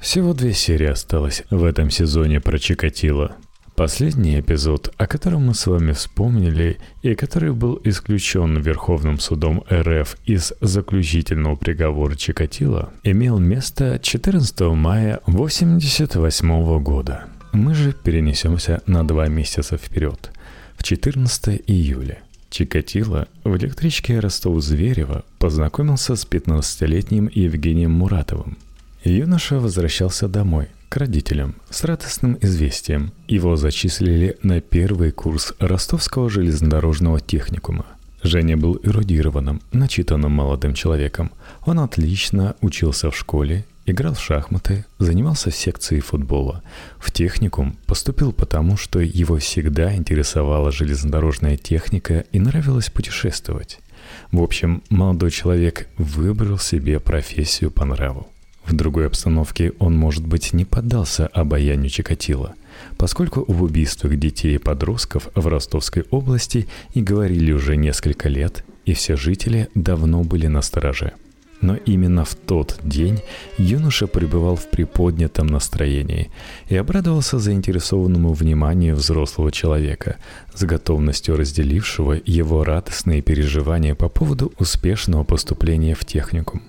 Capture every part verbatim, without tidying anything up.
Всего две серии осталось в этом сезоне про Чикатило. Последний эпизод, о котором мы с вами вспомнили и который был исключен Верховным судом эр эф из заключительного приговора Чикатило, имел место четырнадцатого мая восемьдесят восьмого года. Мы же перенесемся на два месяца вперед, в четырнадцатого июля. Чикатило в электричке Ростов-Зверево познакомился с пятнадцатилетним Евгением Муратовым. Юноша возвращался домой, к родителям, с радостным известием. Его зачислили на первый курс Ростовского железнодорожного техникума. Женя был эрудированным, начитанным молодым человеком. Он отлично учился в школе, играл в шахматы, занимался в секции футбола. В техникум поступил потому, что его всегда интересовала железнодорожная техника и нравилось путешествовать. В общем, молодой человек выбрал себе профессию по нраву. В другой обстановке он, может быть, не поддался обаянию Чикатило, поскольку об убийствах детей и подростков в Ростовской области и говорили уже несколько лет, и все жители давно были настороже. Но именно в тот день юноша пребывал в приподнятом настроении и обрадовался заинтересованному вниманию взрослого человека, с готовностью разделившего его радостные переживания по поводу успешного поступления в техникум.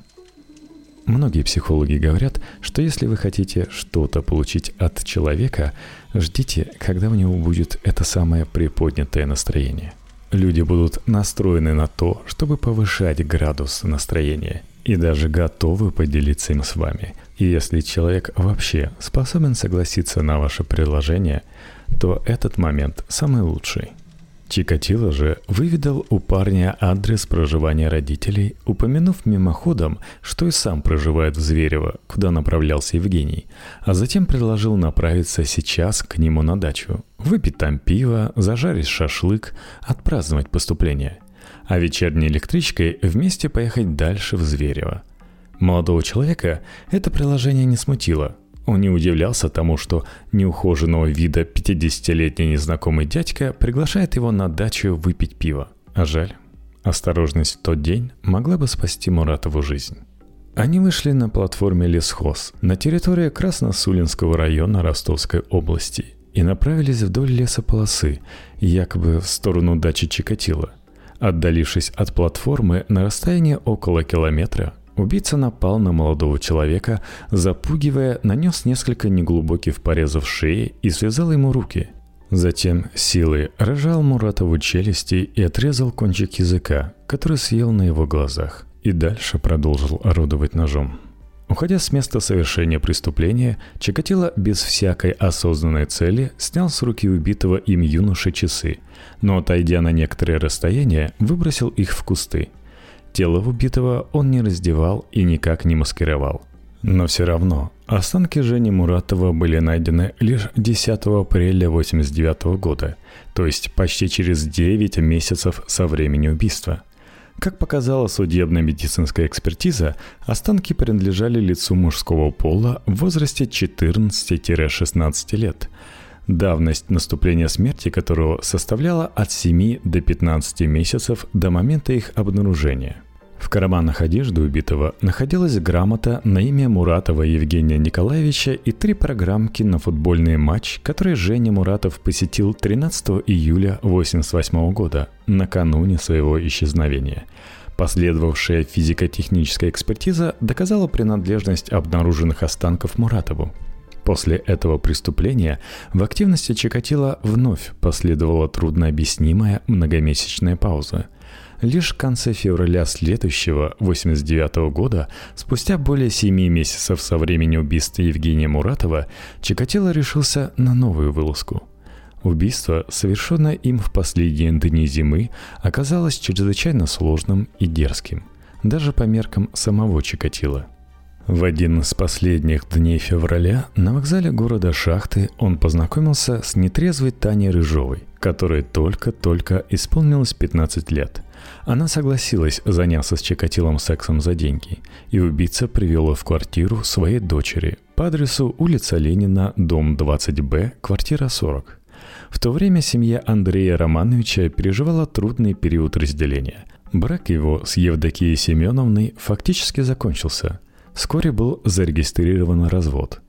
Многие психологи говорят, что если вы хотите что-то получить от человека, ждите, когда у него будет это самое приподнятое настроение. Люди будут настроены на то, чтобы повышать градус настроения, и даже готовы поделиться им с вами. И если человек вообще способен согласиться на ваше предложение, то этот момент самый лучший. Чикатило же выведал у парня адрес проживания родителей, упомянув мимоходом, что и сам проживает в Зверево, куда направлялся Евгений, а затем предложил направиться сейчас к нему на дачу, выпить там пиво, зажарить шашлык, отпраздновать поступление, а вечерней электричкой вместе поехать дальше в Зверево. Молодого человека это предложение не смутило. Он не удивлялся тому, что неухоженного вида пятидесятилетний незнакомый дядька приглашает его на дачу выпить пиво. А жаль, осторожность в тот день могла бы спасти Муратову жизнь. Они вышли на платформе лесхоз на территории Красносулинского района Ростовской области и направились вдоль лесополосы, якобы в сторону дачи Чикатило. Отдалившись от платформы на расстояние около километра, убийца напал на молодого человека, запугивая, нанес несколько неглубоких порезов в шее и связал ему руки. Затем силой разжал Муратову челюсти и отрезал кончик языка, который съел на его глазах, и дальше продолжил орудовать ножом. Уходя с места совершения преступления, Чикатило без всякой осознанной цели снял с руки убитого им юноши часы, но, отойдя на некоторое расстояние, выбросил их в кусты. Тело убитого он не раздевал и никак не маскировал. Но все равно останки Жени Муратова были найдены лишь десятого апреля восемьдесят девятого года, то есть почти через девять месяцев со времени убийства. Как показала судебно-медицинская экспертиза, останки принадлежали лицу мужского пола в возрасте четырнадцати-шестнадцати лет, давность наступления смерти которого составляла от семи до пятнадцати месяцев до момента их обнаружения. В карманах одежды убитого находилась грамота на имя Муратова Евгения Николаевича и три программки на футбольный матч, который Женя Муратов посетил тринадцатого июля восемьдесят восьмого года, накануне своего исчезновения. Последовавшая физико-техническая экспертиза доказала принадлежность обнаруженных останков Муратову. После этого преступления в активности Чикатило вновь последовала труднообъяснимая многомесячная пауза. Лишь в конце февраля следующего, восемьдесят девятого года, спустя более семи месяцев со времени убийства Евгения Муратова, Чикатило решился на новую вылазку. Убийство, совершенное им в последние дни зимы, оказалось чрезвычайно сложным и дерзким, даже по меркам самого Чикатило. В один из последних дней февраля на вокзале города Шахты он познакомился с нетрезвой Таней Рыжовой, которой только-только исполнилось пятнадцать лет. Она согласилась заняться с Чикатилом сексом за деньги, и убийца привел ее в квартиру своей дочери по адресу улица Ленина, дом двадцать Б, квартира сорок. В то время семья Андрея Романовича переживала трудный период разделения. Брак его с Евдокией Семеновной фактически закончился. Вскоре был зарегистрирован развод.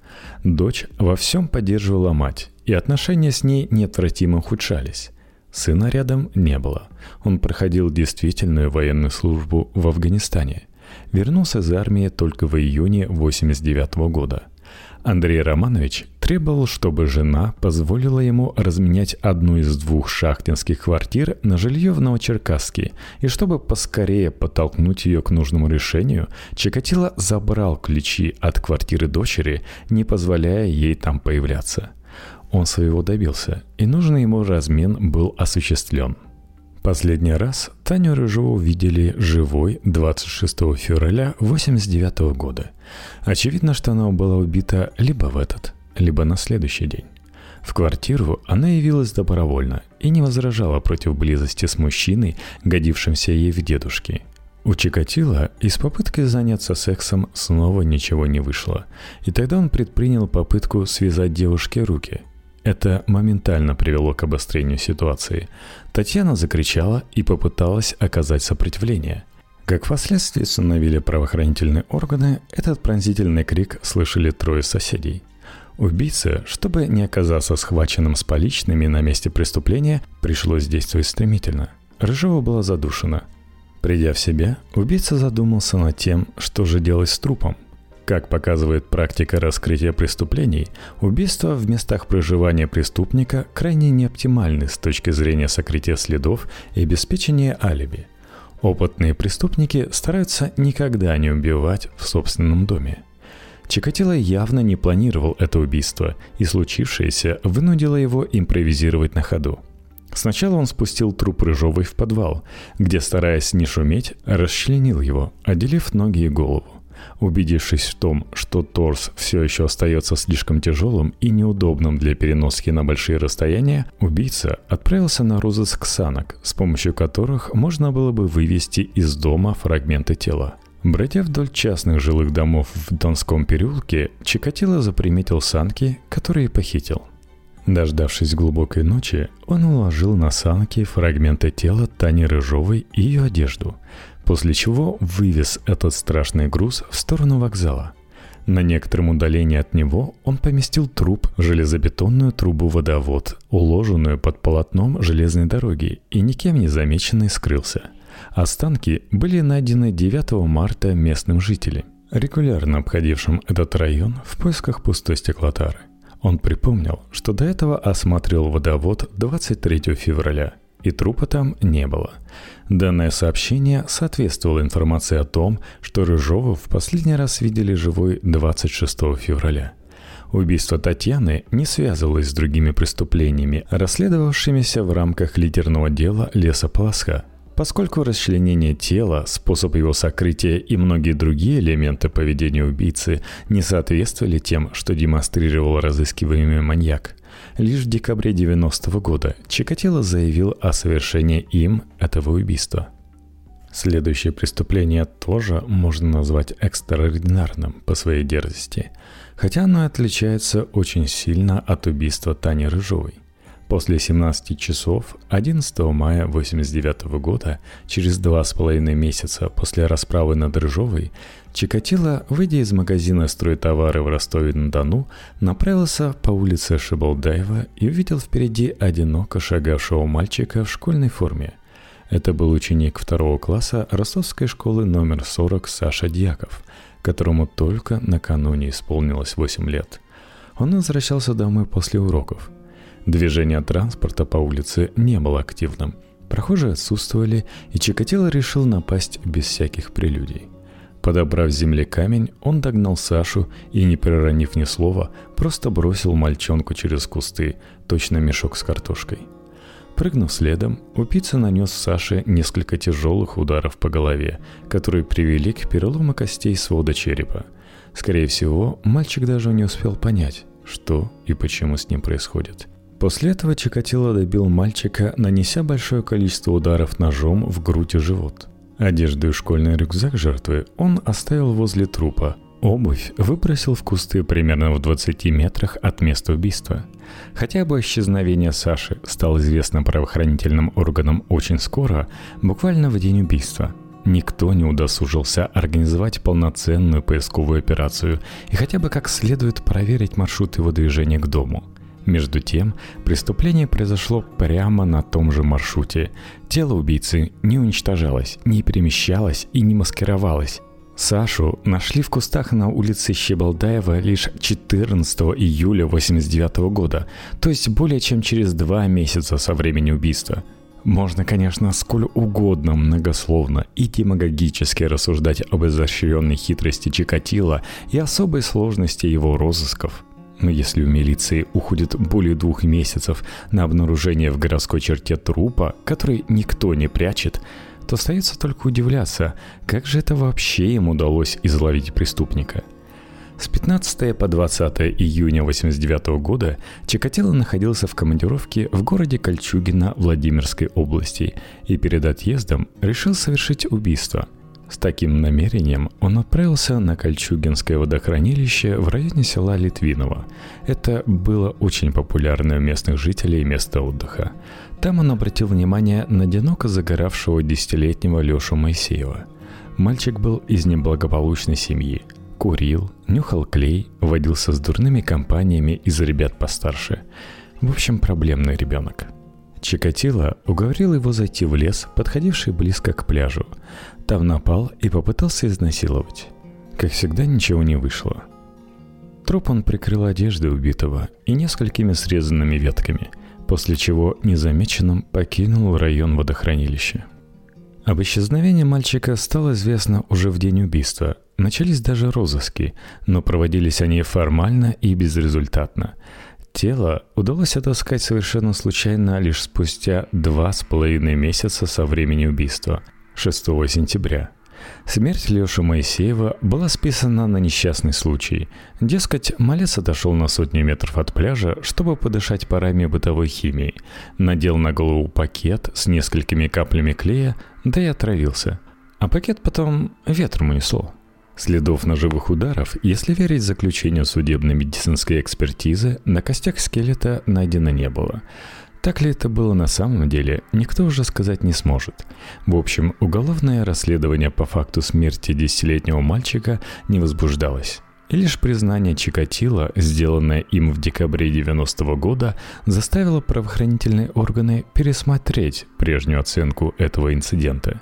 Дочь во всем поддерживала мать, и отношения с ней неотвратимо ухудшались. Сына рядом не было. Он проходил действительную военную службу в Афганистане. Вернулся из армии только в июне восемьдесят девятого года. Андрей Романович требовал, чтобы жена позволила ему разменять одну из двух шахтинских квартир на жилье в Новочеркасске, и чтобы поскорее подтолкнуть ее к нужному решению, Чикатило забрал ключи от квартиры дочери, не позволяя ей там появляться. Он своего добился, и нужный ему размен был осуществлен. Последний раз Таню Рыжову видели живой двадцать шестого февраля восемьдесят девятого года. Очевидно, что она была убита либо в этот, либо на следующий день. В квартиру она явилась добровольно и не возражала против близости с мужчиной, годившимся ей в дедушки. У Чикатило из попытки заняться сексом снова ничего не вышло, и тогда он предпринял попытку связать девушке руки. Это моментально привело к обострению ситуации. Татьяна закричала и попыталась оказать сопротивление. Как впоследствии установили правоохранительные органы, этот пронзительный крик слышали трое соседей. Убийце, чтобы не оказаться схваченным с поличными на месте преступления, пришлось действовать стремительно. Рыжова была задушена. Придя в себя, убийца задумался над тем, что же делать с трупом. Как показывает практика раскрытия преступлений, убийства в местах проживания преступника крайне неоптимальны с точки зрения сокрытия следов и обеспечения алиби. Опытные преступники стараются никогда не убивать в собственном доме. Чикатило явно не планировал это убийство, и случившееся вынудило его импровизировать на ходу. Сначала он спустил труп Рыжовой в подвал, где, стараясь не шуметь, расчленил его, отделив ноги и голову. Убедившись в том, что торс все еще остается слишком тяжелым и неудобным для переноски на большие расстояния, убийца отправился на розыск санок, с помощью которых можно было бы вывести из дома фрагменты тела. Бродя вдоль частных жилых домов в Донском переулке, Чикатило заприметил санки, которые похитил. Дождавшись глубокой ночи, он уложил на санки фрагменты тела Тани Рыжовой и ее одежду, после чего вывез этот страшный груз в сторону вокзала. На некотором удалении от него он поместил труп в железобетонную трубу-водовод, уложенную под полотном железной дороги, и никем не замеченный скрылся. Останки были найдены девятого марта местным жителем, регулярно обходившим этот район в поисках пустой стеклотары. Он припомнил, что до этого осматривал водовод двадцать третьего февраля, и трупа там не было. Данное сообщение соответствовало информации о том, что Рыжову в последний раз видели живой двадцать шестого февраля. Убийство Татьяны не связывалось с другими преступлениями, расследовавшимися в рамках литерного дела лесополоска. Поскольку расчленение тела, способ его сокрытия и многие другие элементы поведения убийцы не соответствовали тем, что демонстрировал разыскиваемый маньяк, лишь в декабре девяностого года Чикатило заявил о совершении им этого убийства. Следующее преступление тоже можно назвать экстраординарным по своей дерзости, хотя оно отличается очень сильно от убийства Тани Рыжовой. После семнадцати часов одиннадцатого мая восемьдесят девятого года, через два с половиной месяца после расправы над Рыжовой, Чикатило, выйдя из магазина «Стройтовары» в Ростове-на-Дону, направился по улице Шибалдаева и увидел впереди одиноко шагавшего мальчика в школьной форме. Это был ученик второго класса Ростовской школы номер сорок Саша Дьяков, которому только накануне исполнилось восемь лет. Он возвращался домой после уроков. Движение транспорта по улице не было активным. Прохожие отсутствовали, и Чикатило решил напасть без всяких прелюдий. Подобрав с земли камень, он догнал Сашу и, не проронив ни слова, просто бросил мальчонку через кусты, точно мешок с картошкой. Прыгнув следом, убийца нанес Саше несколько тяжелых ударов по голове, которые привели к перелому костей свода черепа. Скорее всего, мальчик даже не успел понять, что и почему с ним происходит. После этого Чикатило добил мальчика, нанеся большое количество ударов ножом в грудь и живот. Одежду и школьный рюкзак жертвы он оставил возле трупа. Обувь выбросил в кусты примерно в двадцати метрах от места убийства. Хотя бы исчезновение Саши стало известно правоохранительным органам очень скоро, буквально в день убийства. никто не удосужился организовать полноценную поисковую операцию и хотя бы как следует проверить маршрут его движения к дому. Между тем, преступление произошло прямо на том же маршруте. Тело убийцы не уничтожалось, не перемещалось и не маскировалось. Сашу нашли в кустах на улице Щебалдаева лишь четырнадцатого июля восемьдесят девятого года, то есть более чем через два месяца со времени убийства. Можно, конечно, сколь угодно многословно и демагогически рассуждать об изощренной хитрости Чикатило и особой сложности его розысков. Но если у милиции уходит более двух месяцев на обнаружение в городской черте трупа, который никто не прячет, то остается только удивляться, как же это вообще им удалось изловить преступника. С пятнадцатого по двадцатое июня восемьдесят девятого года Чикатило находился в командировке в городе Кольчугино Владимирской области и перед отъездом решил совершить убийство. С таким намерением он отправился на Кольчугинское водохранилище в районе села Литвиново. Это было очень популярное у местных жителей место отдыха. Там он обратил внимание на одиноко загоравшего десятилетнего Лешу Моисеева. Мальчик был из неблагополучной семьи. Курил, нюхал клей, водился с дурными компаниями из ребят постарше. В общем, проблемный ребенок. Чикатило уговорил его зайти в лес, подходивший близко к пляжу. Там напал и попытался изнасиловать. Как всегда, ничего не вышло. Труп он прикрыл одеждой убитого и несколькими срезанными ветками, после чего незамеченным покинул район водохранилища. Об исчезновении мальчика стало известно уже в день убийства. Начались даже розыски, но проводились они формально и безрезультатно. Тело удалось отыскать совершенно случайно лишь спустя два с половиной месяца со времени убийства, шестого сентября. Смерть Леши Моисеева была списана на несчастный случай. Дескать, малец отошел на сотни метров от пляжа, чтобы подышать парами бытовой химии, надел на голову пакет с несколькими каплями клея, да и отравился. А пакет потом ветром унесло. Следов ножевых ударов, если верить заключению судебно-медицинской экспертизы, на костях скелета найдено не было. Так ли это было на самом деле, никто уже сказать не сможет. В общем, уголовное расследование по факту смерти десятилетнего мальчика не возбуждалось. И лишь признание Чикатило, сделанное им в декабре девяностого года, заставило правоохранительные органы пересмотреть прежнюю оценку этого инцидента.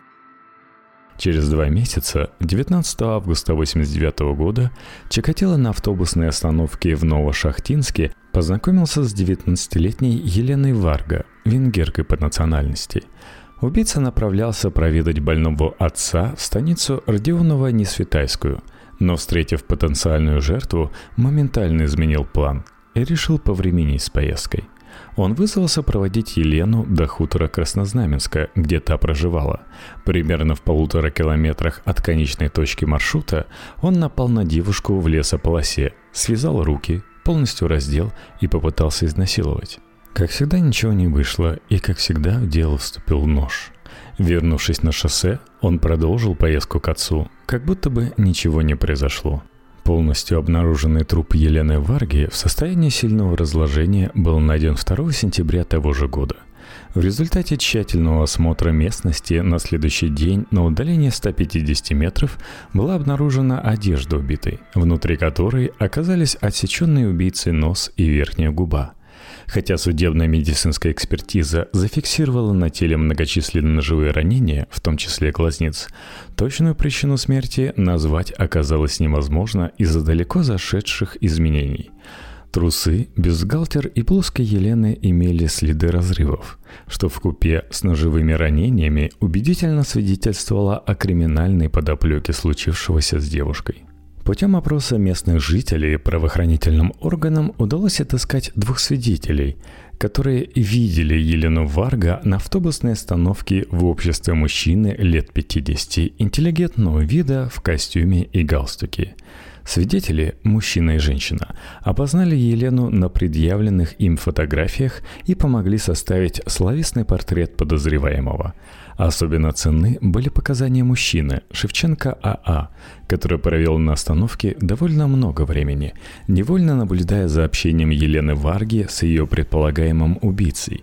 Через два месяца, девятнадцатого августа восемьдесят девятого года, Чикатило на автобусной остановке в Новошахтинске познакомился с девятнадцатилетней Еленой Варга, венгеркой по национальности. Убийца направлялся проведать больного отца в станицу Родионово-Несветайскую, но, встретив потенциальную жертву, моментально изменил план и решил повременить с поездкой. Он вызвался проводить Елену до хутора Краснознаменска, где та проживала. Примерно в полутора километрах от конечной точки маршрута он напал на девушку в лесополосе, связал руки, полностью раздел и попытался изнасиловать. Как всегда, ничего не вышло, и, как всегда, в дело вступил нож. Вернувшись на шоссе, он продолжил поездку к отцу, как будто бы ничего не произошло. Полностью обнаруженный труп Елены Варги в состоянии сильного разложения был найден второго сентября того же года. В результате тщательного осмотра местности на следующий день на удалении ста пятидесяти метров была обнаружена одежда убитой, внутри которой оказались отсеченные убийцей нос и верхняя губа. Хотя судебная медицинская экспертиза зафиксировала на теле многочисленные ножевые ранения, в том числе глазниц, точную причину смерти назвать оказалось невозможно из-за далеко зашедших изменений. Трусы, бюстгальтер и блузка Елены имели следы разрывов, что вкупе с ножевыми ранениями убедительно свидетельствовало о криминальной подоплеке случившегося с девушкой. Путем опроса местных жителей правоохранительным органам удалось отыскать двух свидетелей, которые видели Елену Варга на автобусной остановке в обществе мужчины лет пятидесяти, интеллигентного вида в костюме и галстуке. Свидетели, мужчина и женщина, опознали Елену на предъявленных им фотографиях и помогли составить словесный портрет подозреваемого. Особенно ценны были показания мужчины, Шевченко А А, который провел на остановке довольно много времени, невольно наблюдая за общением Елены Варги с ее предполагаемым убийцей.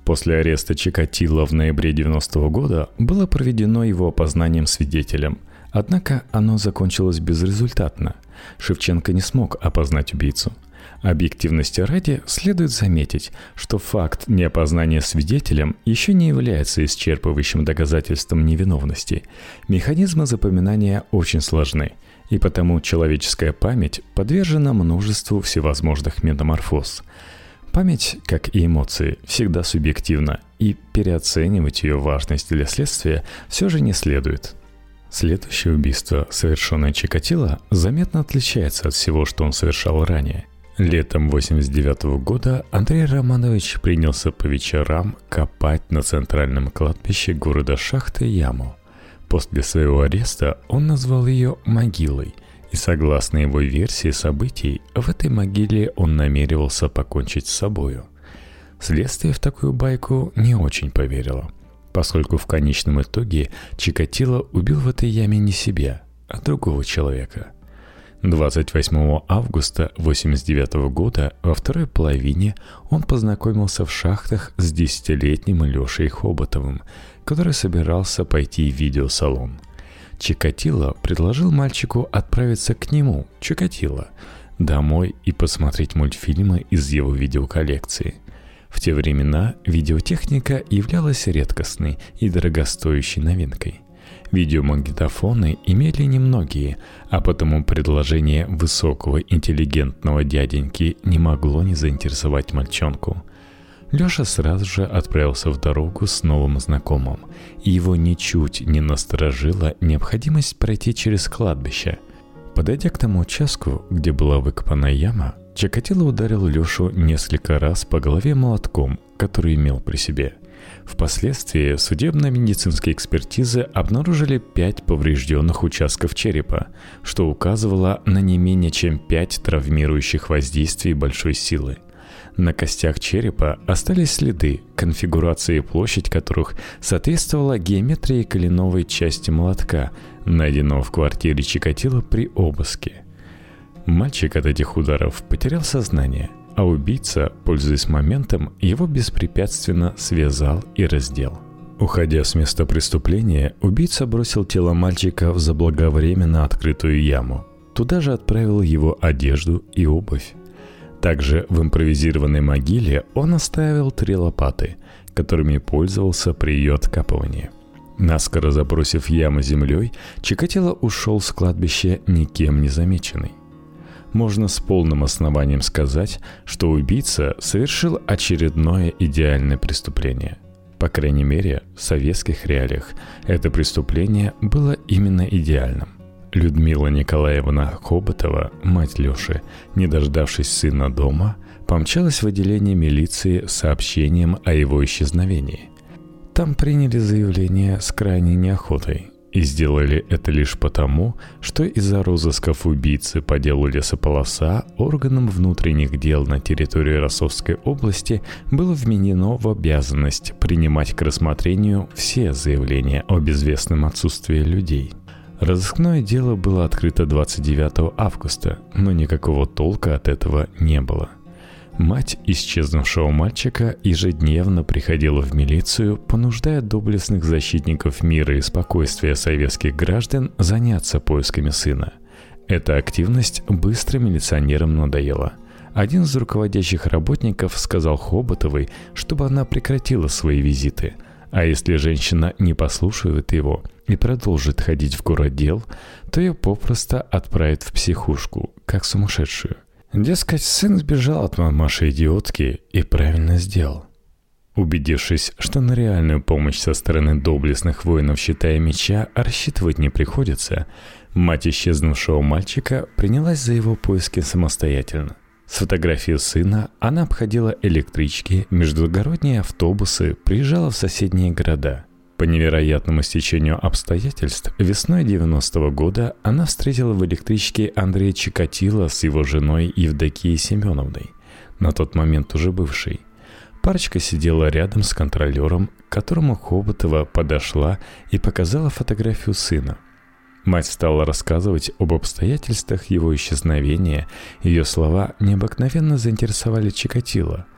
После ареста Чикатило в ноябре девяностого года было проведено его опознанием свидетелем, однако оно закончилось безрезультатно. Шевченко не смог опознать убийцу. Объективности ради следует заметить, что факт неопознания свидетелем еще не является исчерпывающим доказательством невиновности. Механизмы запоминания очень сложны, и потому человеческая память подвержена множеству всевозможных метаморфоз. Память, как и эмоции, всегда субъективна, и переоценивать ее важность для следствия все же не следует. Следующее убийство, совершенное Чикатило, заметно отличается от всего, что он совершал ранее. Летом восемьдесят девятого года Андрей Романович принялся по вечерам копать на центральном кладбище города Шахты яму. После своего ареста он назвал ее «могилой», и согласно его версии событий, в этой могиле он намеревался покончить с собою. Следствие в такую байку не очень поверило, поскольку в конечном итоге Чикатило убил в этой яме не себя, а другого человека. двадцать восьмого августа восемьдесят девятого года во второй половине он познакомился в шахтах с десятилетним Лешей Хоботовым, который собирался пойти в видеосалон. Чикатило предложил мальчику отправиться к нему, Чикатило, домой и посмотреть мультфильмы из его видеоколлекции. В те времена видеотехника являлась редкостной и дорогостоящей новинкой. Видеомагнитофоны имели немногие, а потому предложение высокого интеллигентного дяденьки не могло не заинтересовать мальчонку. Леша сразу же отправился в дорогу с новым знакомым, и его ничуть не насторожила необходимость пройти через кладбище. Подойдя к тому участку, где была выкопана яма, Чикатило ударил Лешу несколько раз по голове молотком, который имел при себе. Впоследствии судебно-медицинские экспертизы обнаружили пять поврежденных участков черепа, что указывало на не менее чем пять травмирующих воздействий большой силы. На костях черепа остались следы, конфигурация и площадь которых соответствовала геометрии коленовой части молотка, найденного в квартире Чикатило при обыске. Мальчик от этих ударов потерял сознание, а убийца, пользуясь моментом, его беспрепятственно связал и раздел. Уходя с места преступления, убийца бросил тело мальчика в заблаговременно открытую яму. Туда же отправил его одежду и обувь. Также в импровизированной могиле он оставил три лопаты, которыми пользовался при ее откапывании. Наскоро забросив яму землей, Чикатило ушел с кладбища никем не замеченный. Можно с полным основанием сказать, что убийца совершил очередное идеальное преступление. По крайней мере, в советских реалиях это преступление было именно идеальным. Людмила Николаевна Хоботова, мать Леши, не дождавшись сына дома, помчалась в отделение милиции с сообщением о его исчезновении. Там приняли заявление с крайней неохотой и сделали это лишь потому, что из-за розысков убийцы по делу лесополоса органам внутренних дел на территории Ростовской области было вменено в обязанность принимать к рассмотрению все заявления о безвестном отсутствии людей. Разыскное дело было открыто двадцать девятого августа, но никакого толка от этого не было. Мать исчезнувшего мальчика ежедневно приходила в милицию, понуждая доблестных защитников мира и спокойствия советских граждан заняться поисками сына. Эта активность быстро милиционерам надоела. Один из руководящих работников сказал Хоботовой, чтобы она прекратила свои визиты, а если женщина не послушает его и продолжит ходить в городдел, то ее попросту отправят в психушку, как сумасшедшую. Дескать, сын сбежал от мамаши-идиотки и правильно сделал. Убедившись, что на реальную помощь со стороны доблестных воинов щита и меча рассчитывать не приходится, мать исчезнувшего мальчика принялась за его поиски самостоятельно. С фотографией сына она обходила электрички, междугородние автобусы, приезжала в соседние города. По невероятному стечению обстоятельств, весной девяностого года она встретила в электричке Андрея Чикатило с его женой Евдокией Семеновной, на тот момент уже бывшей. Парочка сидела рядом с контролером, к которому Хоботова подошла и показала фотографию сына. Мать стала рассказывать об обстоятельствах его исчезновения, ее слова необыкновенно заинтересовали Чикатило.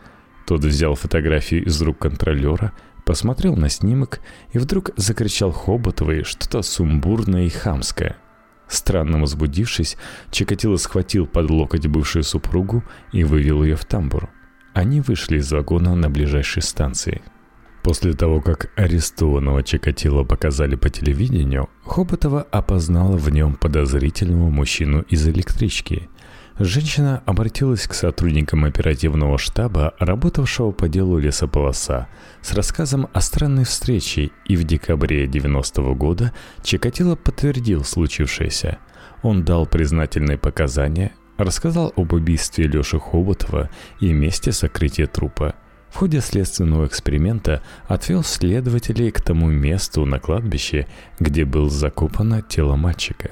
Тот взял фотографию из рук контролера, посмотрел на снимок и вдруг закричал Хоботовой что-то сумбурное и хамское. Странно возбудившись, Чикатило схватил под локоть бывшую супругу и вывел ее в тамбур. Они вышли из вагона на ближайшей станции. После того, как арестованного Чикатило показали по телевидению, Хоботова опознала в нем подозрительного мужчину из электрички. Женщина обратилась к сотрудникам оперативного штаба, работавшего по делу лесополоса, с рассказом о странной встрече, и в декабре девяностого года Чикатило подтвердил случившееся. Он дал признательные показания, рассказал об убийстве Леши Хоботова и месте сокрытия трупа. В ходе следственного эксперимента отвел следователей к тому месту на кладбище, где было закопано тело мальчика.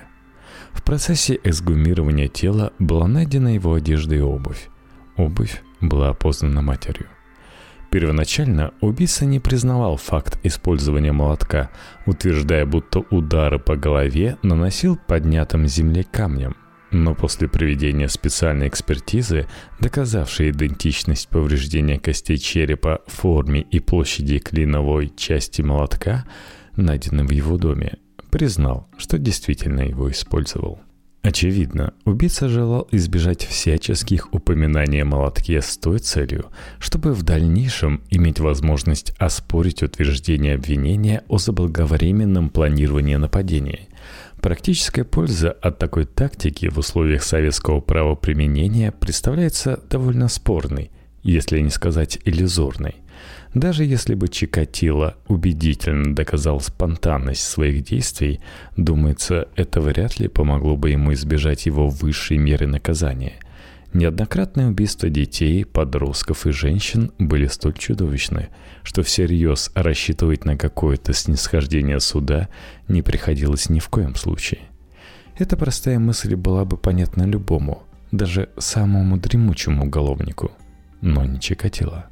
В процессе эксгумирования тела была найдена его одежда и обувь. Обувь была опознана матерью. Первоначально убийца не признавал факт использования молотка, утверждая, будто удары по голове наносил поднятым с земли камнем. Но после проведения специальной экспертизы, доказавшей идентичность повреждения костей черепа, форме и площади клиновой части молотка, найденной в его доме, признал, что действительно его использовал. Очевидно, убийца желал избежать всяческих упоминаний о молотке с той целью, чтобы в дальнейшем иметь возможность оспорить утверждение обвинения о заблаговременном планировании нападения. Практическая польза от такой тактики в условиях советского правоприменения представляется довольно спорной, если не сказать иллюзорной. Даже если бы Чикатило убедительно доказал спонтанность своих действий, думается, это вряд ли помогло бы ему избежать его высшей меры наказания. Неоднократные убийства детей, подростков и женщин были столь чудовищны, что всерьез рассчитывать на какое-то снисхождение суда не приходилось ни в коем случае. Эта простая мысль была бы понятна любому, даже самому дремучему уголовнику, но не Чикатило.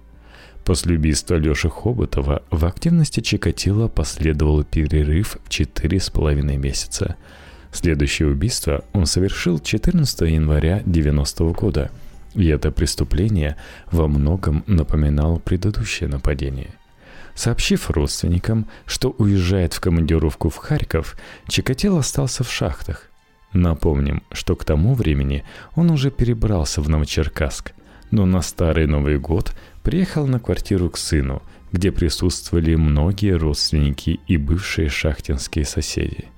После убийства Леши Хоботова в активности Чикатило последовал перерыв в четыре с половиной месяца. Следующее убийство он совершил четырнадцатого января девяностого года, и это преступление во многом напоминало предыдущее нападение. Сообщив родственникам, что уезжает в командировку в Харьков, Чикатило остался в шахтах. Напомним, что к тому времени он уже перебрался в Новочеркасск, но на Старый Новый год приехал на квартиру к сыну, где присутствовали многие родственники и бывшие шахтинские соседи.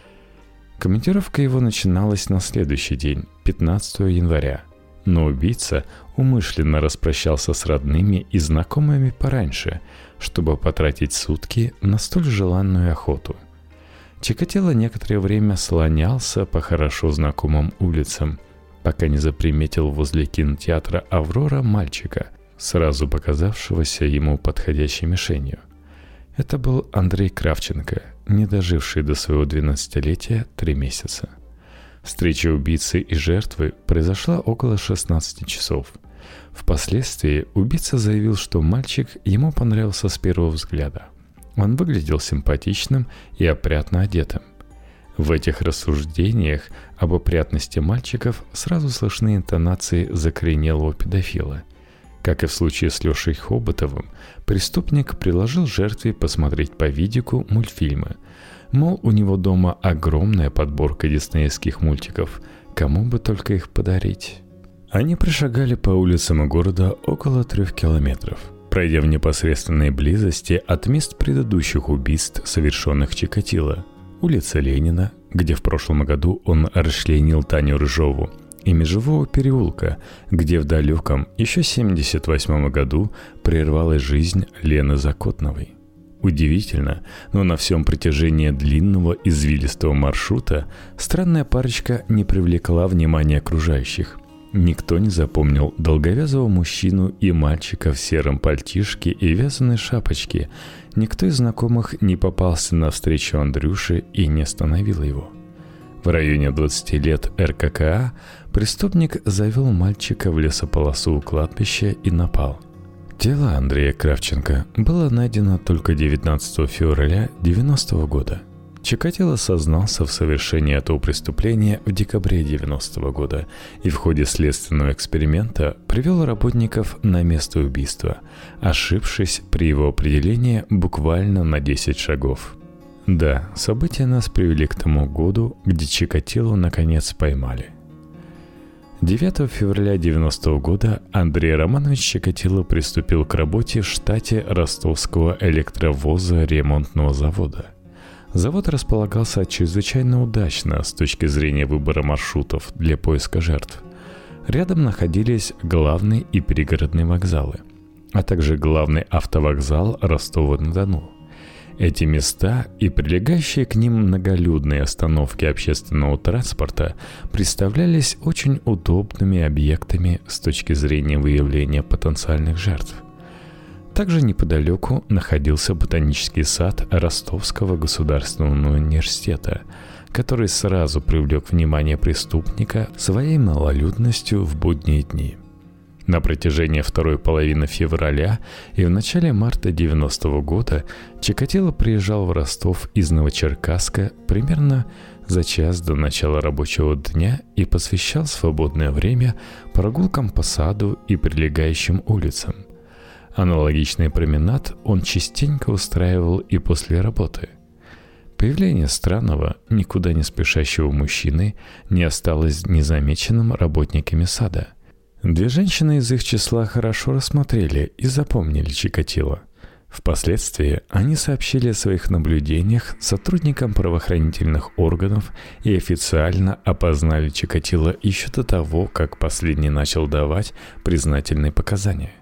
Командировка его начиналась на следующий день, пятнадцатого января, но убийца умышленно распрощался с родными и знакомыми пораньше, чтобы потратить сутки на столь желанную охоту. Чикатило некоторое время слонялся по хорошо знакомым улицам, пока не заприметил возле кинотеатра «Аврора» мальчика, сразу показавшегося ему подходящей мишенью. Это был Андрей Кравченко, не доживший до своего двенадцатилетия три месяца. Встреча убийцы и жертвы произошла около шестнадцати часов. Впоследствии убийца заявил, что мальчик ему понравился с первого взгляда. Он выглядел симпатичным и опрятно одетым. В этих рассуждениях об опрятности мальчиков сразу слышны интонации закоренелого педофила. Как и в случае с Лешей Хоботовым, преступник предложил жертве посмотреть по видику мультфильмы. Мол, у него дома огромная подборка диснеевских мультиков, кому бы только их подарить. Они прошагали по улицам города около трех километров, пройдя в непосредственной близости от мест предыдущих убийств, совершенных Чикатило. Улица Ленина, где в прошлом году он расчленил Таню Рыжову, и Межевого переулка, где в далеком, еще семьдесят восьмом году прервалась жизнь Лены Закотновой. Удивительно, но на всем протяжении длинного извилистого маршрута странная парочка не привлекла внимания окружающих. Никто не запомнил долговязого мужчину и мальчика в сером пальтишке и вязаной шапочке. Никто из знакомых не попался навстречу Андрюше и не остановил его. В районе двадцати лет эр ка ка а преступник завел мальчика в лесополосу у кладбища и напал. Тело Андрея Кравченко было найдено только девятнадцатого февраля девяностого года. Чикатило сознался в совершении этого преступления в декабре девяностого года и в ходе следственного эксперимента привел работников на место убийства, ошибшись при его определении буквально на десять шагов. Да, события нас привели к тому году, где Чикатило наконец поймали. девятого февраля девяностого года Андрей Романович Чикатило приступил к работе в штате Ростовского электровоза ремонтного завода. Завод располагался чрезвычайно удачно с точки зрения выбора маршрутов для поиска жертв. Рядом находились главный и пригородный вокзалы, а также главный автовокзал Ростова-на-Дону. Эти места и прилегающие к ним многолюдные остановки общественного транспорта представлялись очень удобными объектами с точки зрения выявления потенциальных жертв. Также неподалеку находился ботанический сад Ростовского государственного университета, который сразу привлек внимание преступника своей малолюдностью в будние дни. На протяжении второй половины февраля и в начале марта девяностого года Чикатило приезжал в Ростов из Новочеркасска примерно за час до начала рабочего дня и посвящал свободное время прогулкам по саду и прилегающим улицам. Аналогичный променад он частенько устраивал и после работы. Появление странного, никуда не спешащего мужчины не осталось незамеченным работниками сада. Две женщины из их числа хорошо рассмотрели и запомнили Чикатило. Впоследствии они сообщили о своих наблюдениях сотрудникам правоохранительных органов и официально опознали Чикатило еще до того, как последний начал давать признательные показания.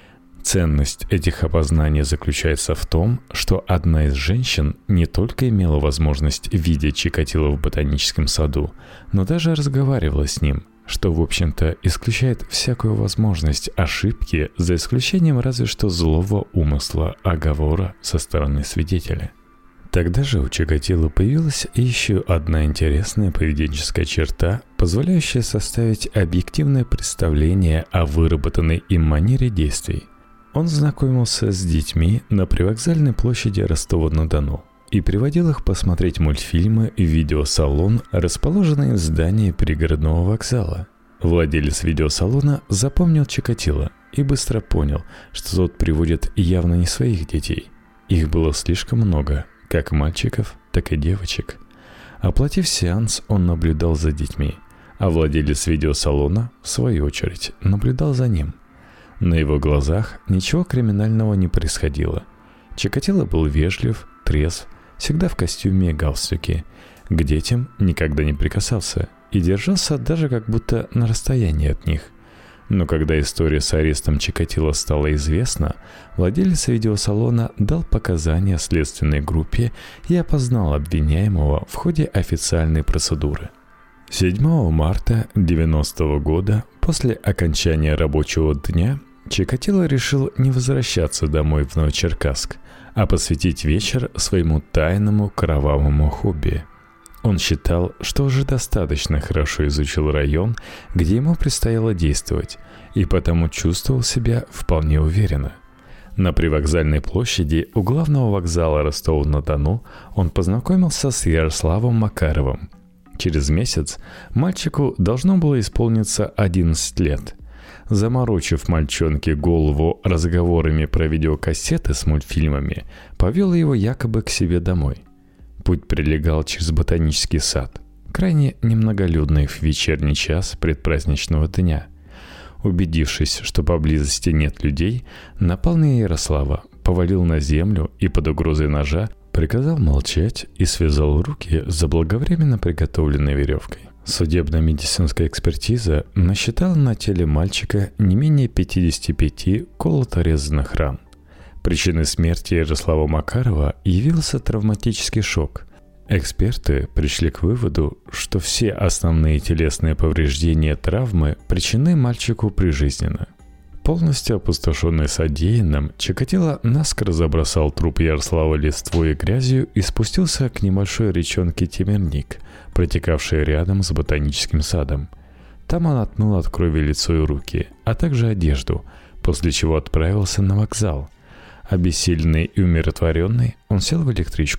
Ценность этих опознаний заключается в том, что одна из женщин не только имела возможность видеть Чикатило в ботаническом саду, но даже разговаривала с ним, что, в общем-то, исключает всякую возможность ошибки, за исключением разве что злого умысла оговора со стороны свидетеля. Тогда же у Чикатило появилась еще одна интересная поведенческая черта, позволяющая составить объективное представление о выработанной им манере действий. Он знакомился с детьми на привокзальной площади Ростова-на-Дону и приводил их посмотреть мультфильмы в видеосалон, расположенный в здании пригородного вокзала. Владелец видеосалона запомнил Чикатило и быстро понял, что тот приводит явно не своих детей. Их было слишком много, как мальчиков, так и девочек. Оплатив сеанс, он наблюдал за детьми, а владелец видеосалона, в свою очередь, наблюдал за ним. На его глазах ничего криминального не происходило. Чикатило был вежлив, трезв, всегда в костюме и галстуке. К детям никогда не прикасался и держался даже как будто на расстоянии от них. Но когда история с арестом Чикатило стала известна, владелец видеосалона дал показания следственной группе и опознал обвиняемого в ходе официальной процедуры. седьмого марта девяностого года, после окончания рабочего дня, Чикатило решил не возвращаться домой в Новочеркасск, а посвятить вечер своему тайному кровавому хобби. Он считал, что уже достаточно хорошо изучил район, где ему предстояло действовать, и потому чувствовал себя вполне уверенно. На привокзальной площади у главного вокзала Ростова-на-Дону он познакомился с Ярославом Макаровым. Через месяц мальчику должно было исполниться одиннадцать лет. Заморочив мальчонке голову разговорами про видеокассеты с мультфильмами, повел его якобы к себе домой. Путь прилегал через ботанический сад, крайне немноголюдный в вечерний час предпраздничного дня. Убедившись, что поблизости нет людей, напал на Ярослава, повалил на землю и под угрозой ножа приказал молчать и связал руки заблаговременно приготовленной веревкой. Судебно-медицинская экспертиза насчитала на теле мальчика не менее пятьдесят пять колото-резанных ран. Причиной смерти Ярослава Макарова явился травматический шок. Эксперты пришли к выводу, что все основные телесные повреждения травмы причинены мальчику прижизненно. Полностью опустошенный содеянным, Чикатило наскоро забросал труп Ярослава листвой и грязью и спустился к небольшой речонке Темерник, протекавшей рядом с ботаническим садом. Там он отмыл от крови лицо и руки, а также одежду, после чего отправился на вокзал. Обессиленный и умиротворенный, он сел в электричку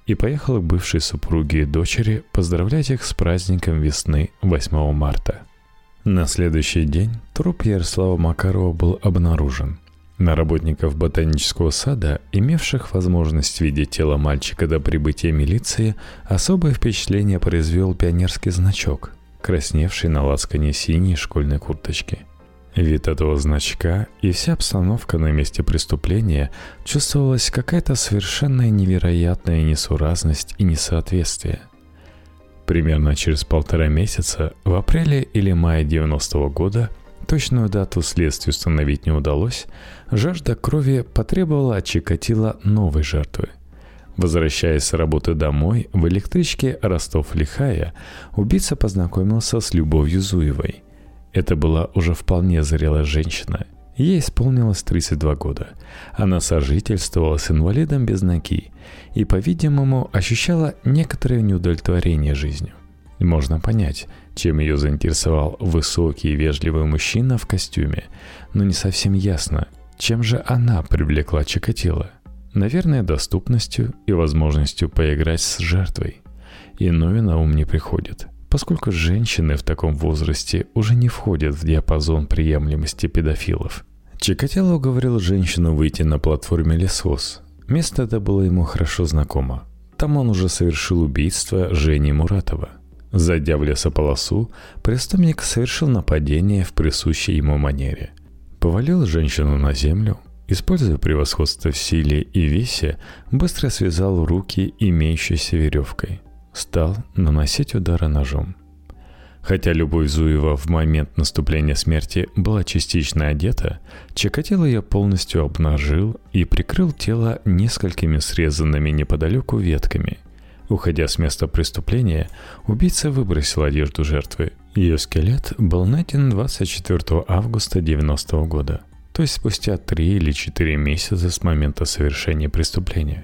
и поехала к бывшей супруге и дочери поздравлять их с праздником весны восьмого марта. На следующий день труп Ярослава Макарова был обнаружен. На работников ботанического сада, имевших возможность видеть тело мальчика до прибытия милиции, особое впечатление произвел пионерский значок, красневший на лацкане синей школьной курточки. Вид этого значка и вся обстановка на месте преступления чувствовалась какая-то совершенно невероятная несуразность и несоответствие. Примерно через полтора месяца, в апреле или мае девяностого года, точную дату следствию установить не удалось, жажда крови потребовала от Чикатило новой жертвы. Возвращаясь с работы домой, в электричке Ростов-Лихая убийца познакомился с Любовью Зуевой. Это была уже вполне зрелая женщина. Ей исполнилось тридцать два года. Она сожительствовала с инвалидом без ноги и, по-видимому, ощущала некоторое неудовлетворение жизнью. Можно понять, чем ее заинтересовал высокий и вежливый мужчина в костюме, но не совсем ясно, чем же она привлекла Чикатило. Наверное, доступностью и возможностью поиграть с жертвой. Иное на ум не приходит, поскольку женщины в таком возрасте уже не входят в диапазон приемлемости педофилов. Чикатило уговорил женщину выйти на платформе «Лесхоз». Место это было ему хорошо знакомо. Там он уже совершил убийство Жени Муратова. Зайдя в лесополосу, преступник совершил нападение в присущей ему манере. Повалил женщину на землю, используя превосходство в силе и весе, быстро связал руки имеющейся веревкой. Стал наносить удары ножом. Хотя Любовь Зуева в момент наступления смерти была частично одета, Чикатило ее полностью обнажил и прикрыл тело несколькими срезанными неподалеку ветками. Уходя с места преступления, убийца выбросил одежду жертвы. Ее скелет был найден двадцать четвёртого августа девяностого года, то есть спустя три или четыре месяца с момента совершения преступления.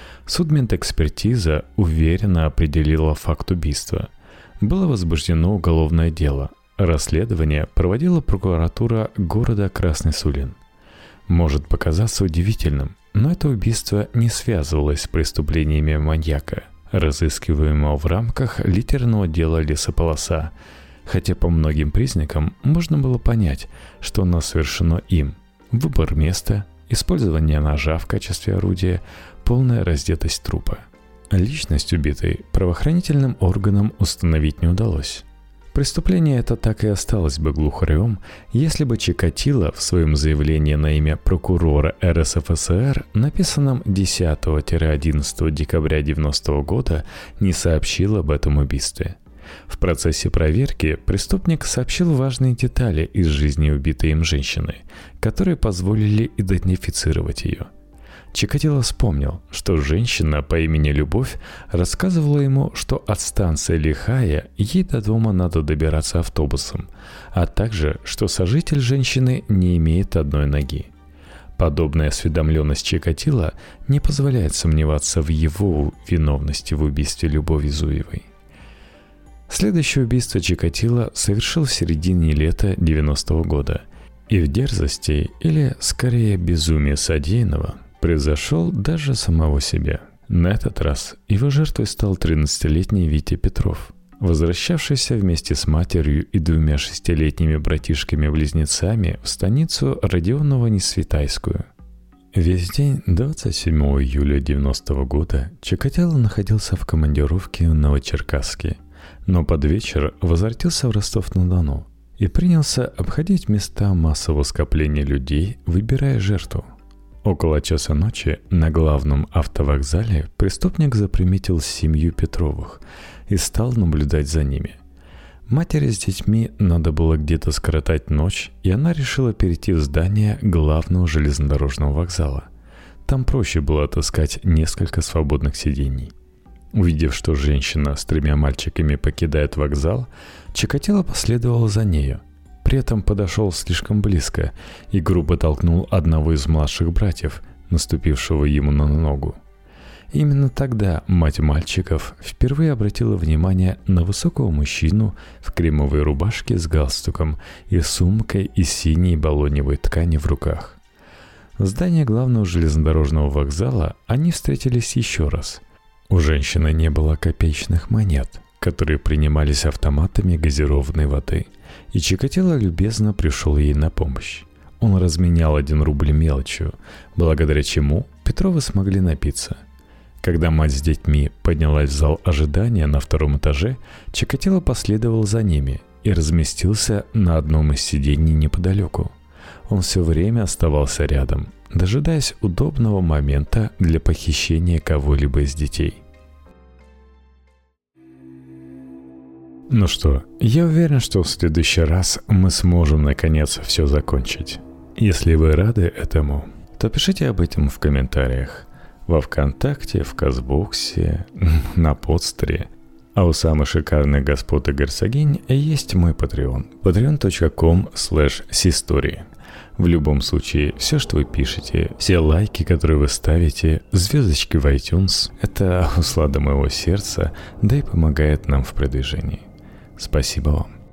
Судмедэкспертиза уверенно определила факт убийства. Было возбуждено уголовное дело. Расследование проводила прокуратура города Красный Сулин. Может показаться удивительным, но это убийство не связывалось с преступлениями маньяка, разыскиваемого в рамках литерного дела «Лесополоса», хотя по многим признакам можно было понять, что оно совершено им. Выбор места, использование ножа в качестве орудия, полная раздетость трупа. Личность убитой правоохранительным органам установить не удалось. Преступление это так и осталось бы глухарем, если бы Чикатило в своем заявлении на имя прокурора эр эс эф эс эр, написанном десятого-одиннадцатого декабря девяностого года, не сообщил об этом убийстве. В процессе проверки преступник сообщил важные детали из жизни убитой им женщины, которые позволили идентифицировать ее. Чикатило вспомнил, что женщина по имени Любовь рассказывала ему, что от станции Лихая ей до дома надо добираться автобусом, а также, что сожитель женщины не имеет одной ноги. Подобная осведомленность Чикатило не позволяет сомневаться в его виновности в убийстве Любови Зуевой. Следующее убийство Чикатило совершил в середине лета девяностого года, и в дерзости, или скорее безумии содеянного, превзошел даже самого себя. На этот раз его жертвой стал тринадцатилетний Витя Петров, возвращавшийся вместе с матерью и двумя шестилетними братишками-близнецами в станицу Родионово-Несветайскую. Весь день двадцать седьмого июля девяностого года Чикатило находился в командировке в Новочеркасске, но под вечер возвратился в Ростов-на-Дону и принялся обходить места массового скопления людей, выбирая жертву. Около часа ночи на главном автовокзале преступник заприметил семью Петровых и стал наблюдать за ними. Матери с детьми надо было где-то скоротать ночь, и она решила перейти в здание главного железнодорожного вокзала. Там проще было отыскать несколько свободных сидений. Увидев, что женщина с тремя мальчиками покидает вокзал, Чикатило последовал за нею. При этом подошел слишком близко и грубо толкнул одного из младших братьев, наступившего ему на ногу. Именно тогда мать мальчиков впервые обратила внимание на высокого мужчину в кремовой рубашке с галстуком и сумкой из синей балоневой ткани в руках. В здании главного железнодорожного вокзала они встретились еще раз. У женщины не было копеечных монет, которые принимались автоматами газированной воды, и Чикатило любезно пришел ей на помощь. Он разменял один рубль мелочью, благодаря чему Петровы смогли напиться. Когда мать с детьми поднялась в зал ожидания на втором этаже, Чикатило последовал за ними и разместился на одном из сидений неподалеку. Он все время оставался рядом, дожидаясь удобного момента для похищения кого-либо из детей. Ну что, я уверен, что в следующий раз мы сможем наконец все закончить. Если вы рады этому, то пишите об этом в комментариях. Во ВКонтакте, в Казбоксе, на Подстере. А у самых шикарных господ и герцогинь есть мой Patreon. patreon точка com слэш систории. В любом случае, все, что вы пишете, все лайки, которые вы ставите, звездочки в iTunes – это услада моего сердца, да и помогает нам в продвижении. Спасибо вам.